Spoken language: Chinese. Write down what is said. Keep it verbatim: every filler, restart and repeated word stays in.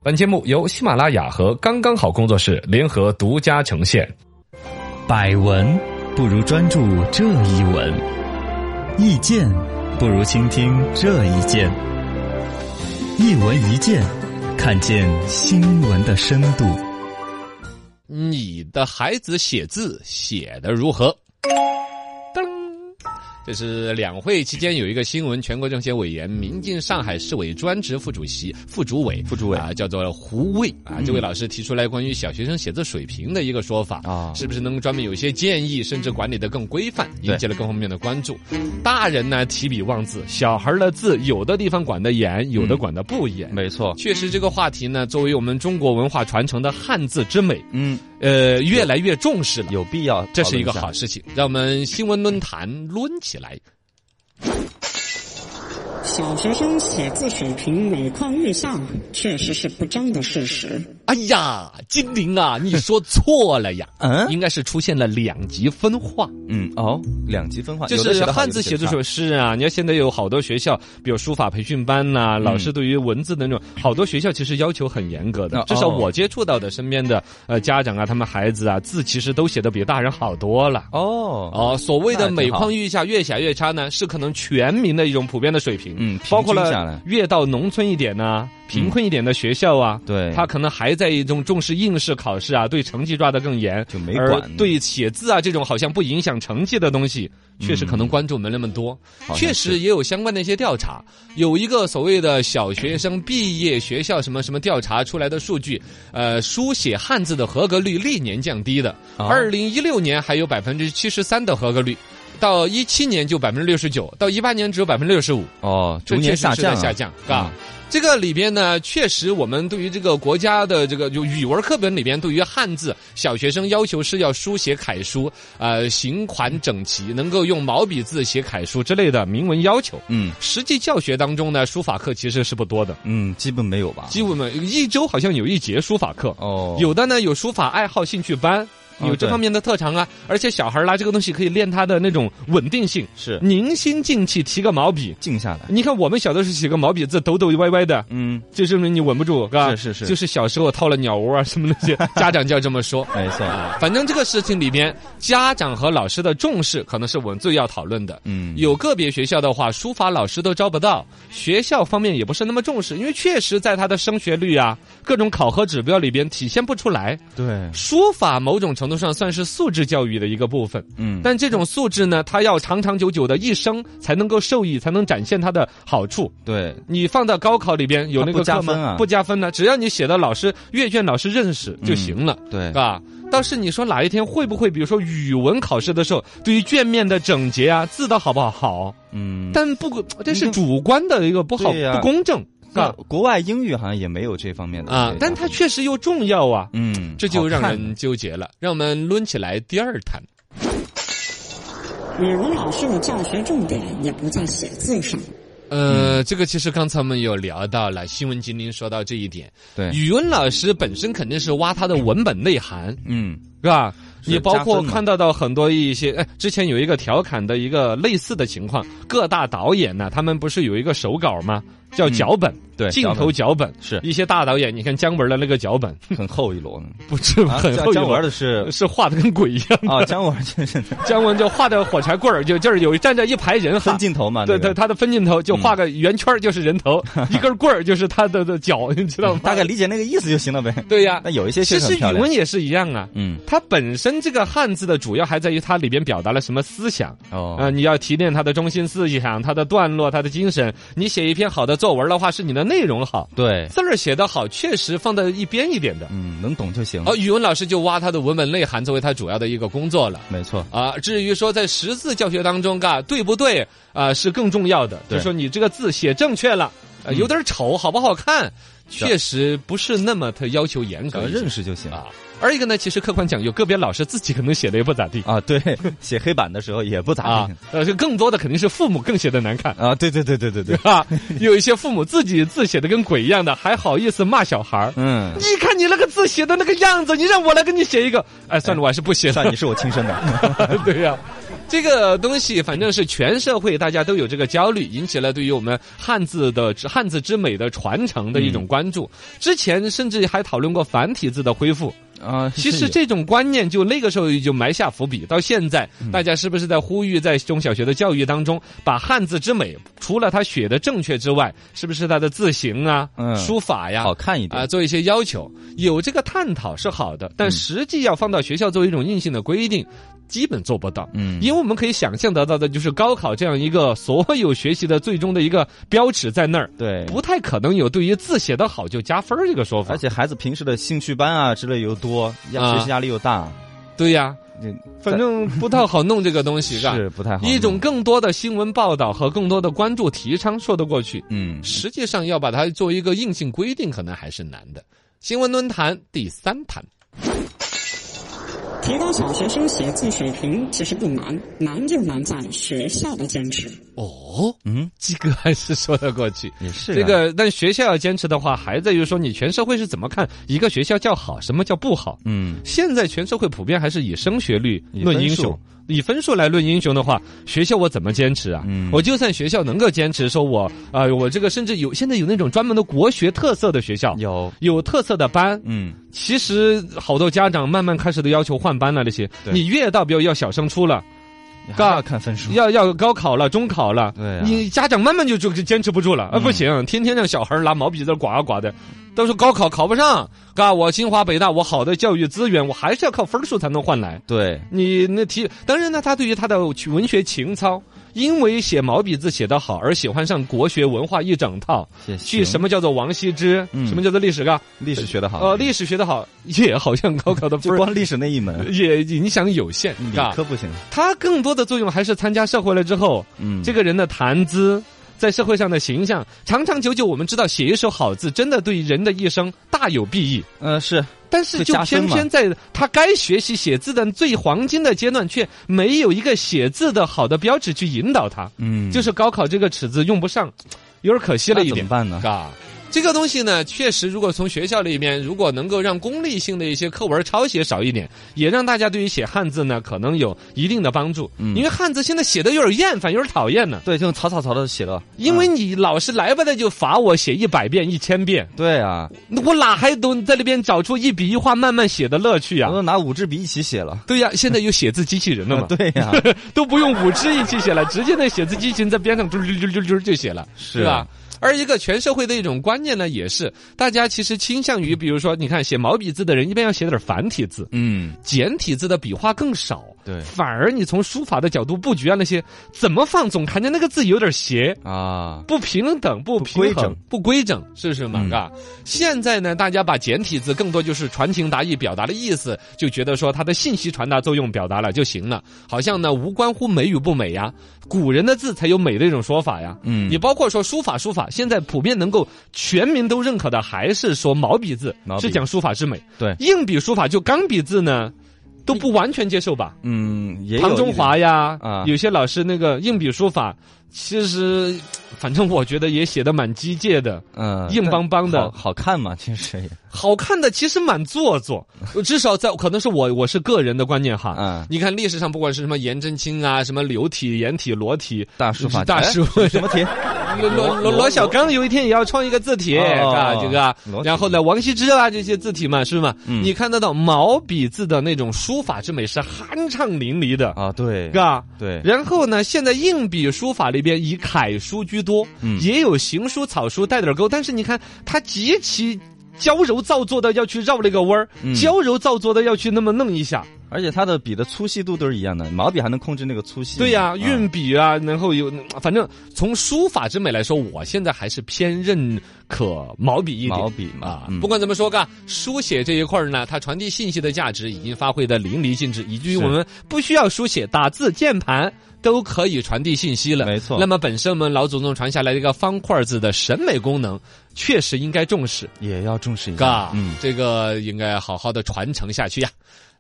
本节目由喜马拉雅和刚刚好工作室联合独家呈现。 百闻不如专注这一闻，意见不如倾听这一见。一闻一见，看见新闻的深度。 你的孩子写字写得如何？这是两会期间有一个新闻，全国政协委员、民进上海市委专职副主席、副主委、 副主委啊，叫做胡卫啊，这位老师提出来关于小学生写字水平的一个说法啊，是不是能专门有一些建议，甚至管理得更规范，引起了各方面的关注。大人呢提笔忘字，小孩的字有的地方管得严，有的管得不严。 嗯、没错， 确实这个话题呢，作为我们中国文化传承的汉字之美， 嗯。 呃，越来越重视了， 有必要， 这是一个好事情。让我们新闻论坛抡起来。 小学生写字水平每况愈下，确实是不争的事实。 哎呀，金玲啊，你说错了呀！嗯，应该是出现了两极分化。 嗯，哦，两极分化， 就是汉字写字水是啊，你看现在有好多学校，比如书法培训班呐、啊，嗯、老师对于文字的那种，好多学校其实要求很严格的。哦、至少我接触到的身边的呃家长啊，他们孩子啊，字其实都写得比大人好多了。哦哦，所谓的每况愈下、越写越差呢，是可能全民的一种普遍的水平。 嗯， 包括了越到农村一点呢、啊，贫困一点的学校啊， 嗯、对， 他可能还在一种重视应试考试啊，对成绩抓得更严， 就没管。 而对写字啊这种好像不影响成绩的东西，确实可能关注没那么多。嗯、确实也有相关的一些调查，有一个所谓的小学生毕业学校什么什么调查出来的数据，呃，书写汉字的合格率历年降低的，二零一六年还有百分之七十三的合格率。到一七年就百分之六十九，到一八年只有百分之六十五。 哦，逐年下降、啊， 下降，啊。嗯、这个里边呢，确实我们对于这个国家的这个就语文课本里边，对于汉字，小学生要求是要书写楷书，呃，行款整齐，能够用毛笔字写楷书之类的明文要求。嗯，实际教学当中呢，书法课其实是不多的。 嗯，基本没有吧？ 基本没有，一周好像有一节书法课。哦，有的呢有书法爱好兴趣班。有这方面的特长啊，而且小孩拿这个东西可以练他的那种稳定性， 是宁心静气，提个毛笔静下来。 你看我们小的时候写个毛笔字抖抖歪歪的，嗯，就证明你稳不住， 是是是， 就是小时候掏了鸟窝啊什么那些，家长就要这么说， 没错。 反正这个事情里边，家长和老师的重视可能是我们最要讨论的。嗯，有个别学校的话，书法老师都招不到，学校方面也不是那么重视，因为确实在他的升学率啊，各种考核指标里边体现不出来。 对， 书法某种程度上算是素质教育的一个部分，嗯，但这种素质呢，它要长长久久的一生才能够受益，才能展现它的好处。 对， 你放到高考里边有那个不加分啊， 不加分呢，只要你写的老师阅卷老师认识就行了， 嗯、对， 啊。倒是你说哪一天会不会，比如说语文考试的时候，对于卷面的整洁啊，字的好不好好，嗯，但不，这是主观的一个不好、 啊、 不公正。 啊，国外英语好像也没有这方面的啊，但它确实又重要啊，嗯，这就让人纠结了。让我们抡起来第二谈。 语文老师的教学重点也不在写字上。 呃，嗯、这个其实刚才我们有聊到了，新闻精灵说到这一点。 对， 语文老师本身肯定是挖他的文本内涵，嗯，是吧？你包括看到到很多一些，哎，之前有一个调侃的一个类似的情况，各大导演呢，他们不是有一个手稿吗？叫脚本，嗯、 对， 镜头脚本是一些大导演，你看姜文的那个脚本很厚一摞呢， 不是很厚一摞， 姜文的是是画的跟鬼一样啊，姜文就是姜文就画的火柴棍儿，就就是有站着一排人分镜头嘛， 对对，他的分镜头就画个圆圈就是人头，嗯、一根棍儿就是他的的脚，你知道吗？ 大概理解那个意思就行了呗。 对呀， 那有一些其实语文也是一样啊，嗯，它本身这个汉字的主要还在于它里边表达了什么思想哦，呃，你要提炼它的中心思想、它的段落、它的精神。你写一篇好的作文的话，是你的内容好， 对， 字儿写得好，确实放在一边一点的， 嗯，能懂就行。 而、哦、语文老师就挖他的文本内涵作为他主要的一个工作了， 没错啊。至于说在识字教学当中，嘎对不对啊、呃，是更重要的。就是说你这个字写正确了，呃、有点丑，好不好看，确实不是那么的要求严格， 认识就行啊。而一个呢，其实客观讲，有个别老师自己可能写的也不咋地啊，对，写黑板的时候也不咋地啊， 呃，更多的肯定是父母更写的难看啊，对对对对对对啊，有一些父母自己字写的跟鬼一样的，还好意思骂小孩，嗯，你看你那个字写的那个样子，你让我来给你写一个，哎，算了，我还是不写了， 算你是我亲生的， 对呀、啊。 这个东西反正是全社会大家都有这个焦虑，引起了对于我们汉字的汉字之美的传承的一种关注。之前甚至还讨论过繁体字的恢复。 啊， 其实这种观念就那个时候就埋下伏笔，到现在大家是不是在呼吁在中小学的教育当中，把汉字之美除了它写的正确之外，是不是它的字形啊、嗯、书法呀好看一点啊，做一些要求？有这个探讨是好的，但实际要放到学校作为一种硬性的规定。基本做不到，嗯，因为我们可以想象得到的，就是高考这样一个所有学习的最终的一个标尺在那儿， 对， 不太可能有对于字写得好就加分这个说法。 而且孩子平时的兴趣班啊之类又多，学习压力又大，啊、 对呀，反正不太好弄这个东西， 是不太好弄。 一种更多的新闻报道和更多的关注提倡说得过去， 嗯， 实际上要把它作为一个硬性规定，可能还是难的。新闻论坛第三弹。 提高小学生写字水平其实不难，难就难在学校的坚持。 哦，嗯，这个还是说得过去， 也是、啊、 这个，但学校要坚持的话，还在于说你全社会是怎么看一个学校叫好，什么叫不好？嗯，现在全社会普遍还是以升学率论英雄。以分数来论英雄的话，学校我怎么坚持啊？嗯，我就算学校能够坚持，说我啊、呃，我这个甚至有现在有那种专门的国学特色的学校， 有有特色的班，嗯，其实好多家长慢慢开始都要求换班了，这些你越到比如要小升初了。 要看分数， 要要高考了，中考了， 对、啊， 你家长慢慢就就坚持不住了，嗯、啊，不行，天天让小孩拿毛笔在刮啊刮的，到时候高考考不上，嘎，我清华北大，我好的教育资源，我还是要靠分数才能换来。 对， 你那题，当然呢，他对于他的文学情操，因为写毛笔字写得好而喜欢上国学文化一整套，去什么叫做王羲之，嗯、什么叫做历史嘎， 历史学得好， 呃，历史学得好，也好像高考的分， 就光历史那一门也影响有限， 理科不行， 他更多的作用还是参加社会了之后，嗯，这个人的谈资。在社会上的形象，长长久久，我们知道写一手好字，真的对人的一生大有裨益。 呃，是， 但是就偏偏在他该学习写字的最黄金的阶段，却没有一个写字的好的标志去引导他。嗯，就是高考这个尺子用不上，有点可惜了一点。 怎么办呢？ 啊。这个东西呢，确实，如果从学校里面，如果能够让功利性的一些课文抄写少一点，也让大家对于写汉字呢，可能有一定的帮助。嗯，因为汉字现在写的有点厌烦，有点讨厌呢。 对，就草草草的写了。 因为你老师来不得就罚我写一百遍、一千遍。 对啊， 我哪还都在那边找出一笔一画慢慢写的乐趣啊？ 我都拿五支笔一起写了。 对呀、啊，现在有写字机器人了嘛？ 对呀、 啊，都不用五支一起写了，直接那写字机器人在边上嘟嘟嘟嘟嘟就写了， 是吧？而一个全社会的一种观念呢，也是大家其实倾向于，比如说，你看写毛笔字的人一般要写点繁体字，嗯，简体字的笔画更少， 对， 反而你从书法的角度布局啊那些怎么放，总感觉那个字有点斜啊，不平等，不平衡，不规整，是不是嘛？啊、嗯，现在呢，大家把简体字更多就是传情达意，表达的意思，就觉得说它的信息传达作用表达了就行了，好像呢无关乎美与不美呀，古人的字才有美的一种说法呀，嗯，你包括说书法，书法。现在普遍能够全民都认可的，还是说毛笔字是讲书法之美。 对， 硬笔书法就钢笔字呢，都不完全接受吧？ 嗯，也有唐中华呀，啊，有些老师那个硬笔书法，其实反正我觉得也写得蛮机械的，嗯，硬邦邦的， 好, 好看嘛，其实也好看的，其实蛮做作。至少在可能是我我是个人的观念哈。嗯，你看历史上不管是什么颜真卿啊，什么流体、颜体、裸体、 大书法、 大书什么体。 罗罗罗小刚有一天也要创一个字体，啊，这个，然后呢，王羲之啊这些字体嘛，是吗？嗯，你看得到毛笔字的那种书法之美是酣畅淋漓的啊，对， 嘎， 对。 然后呢，现在硬笔书法里边以楷书居多，嗯，也有行书、草书带点勾，但是你看它极其娇柔造作的要去绕那个弯儿，嗯，娇柔造作的要去那么弄一下。 而且它的笔的粗细度都是一样的，毛笔还能控制那个粗细。 对呀、啊，运笔啊，然后有，反正从书法之美来说，我现在还是偏认可毛笔一点。 毛笔嘛， 啊，嗯、不管怎么说嘎，书写这一块呢，它传递信息的价值已经发挥的淋漓尽致，以至于我们不需要书写，打字、键盘都可以传递信息了。 没错。 那么本身我们老祖宗传下来的一个方块字的审美功能，确实应该重视， 也要重视一下。 嗯，这个应该好好的传承下去呀。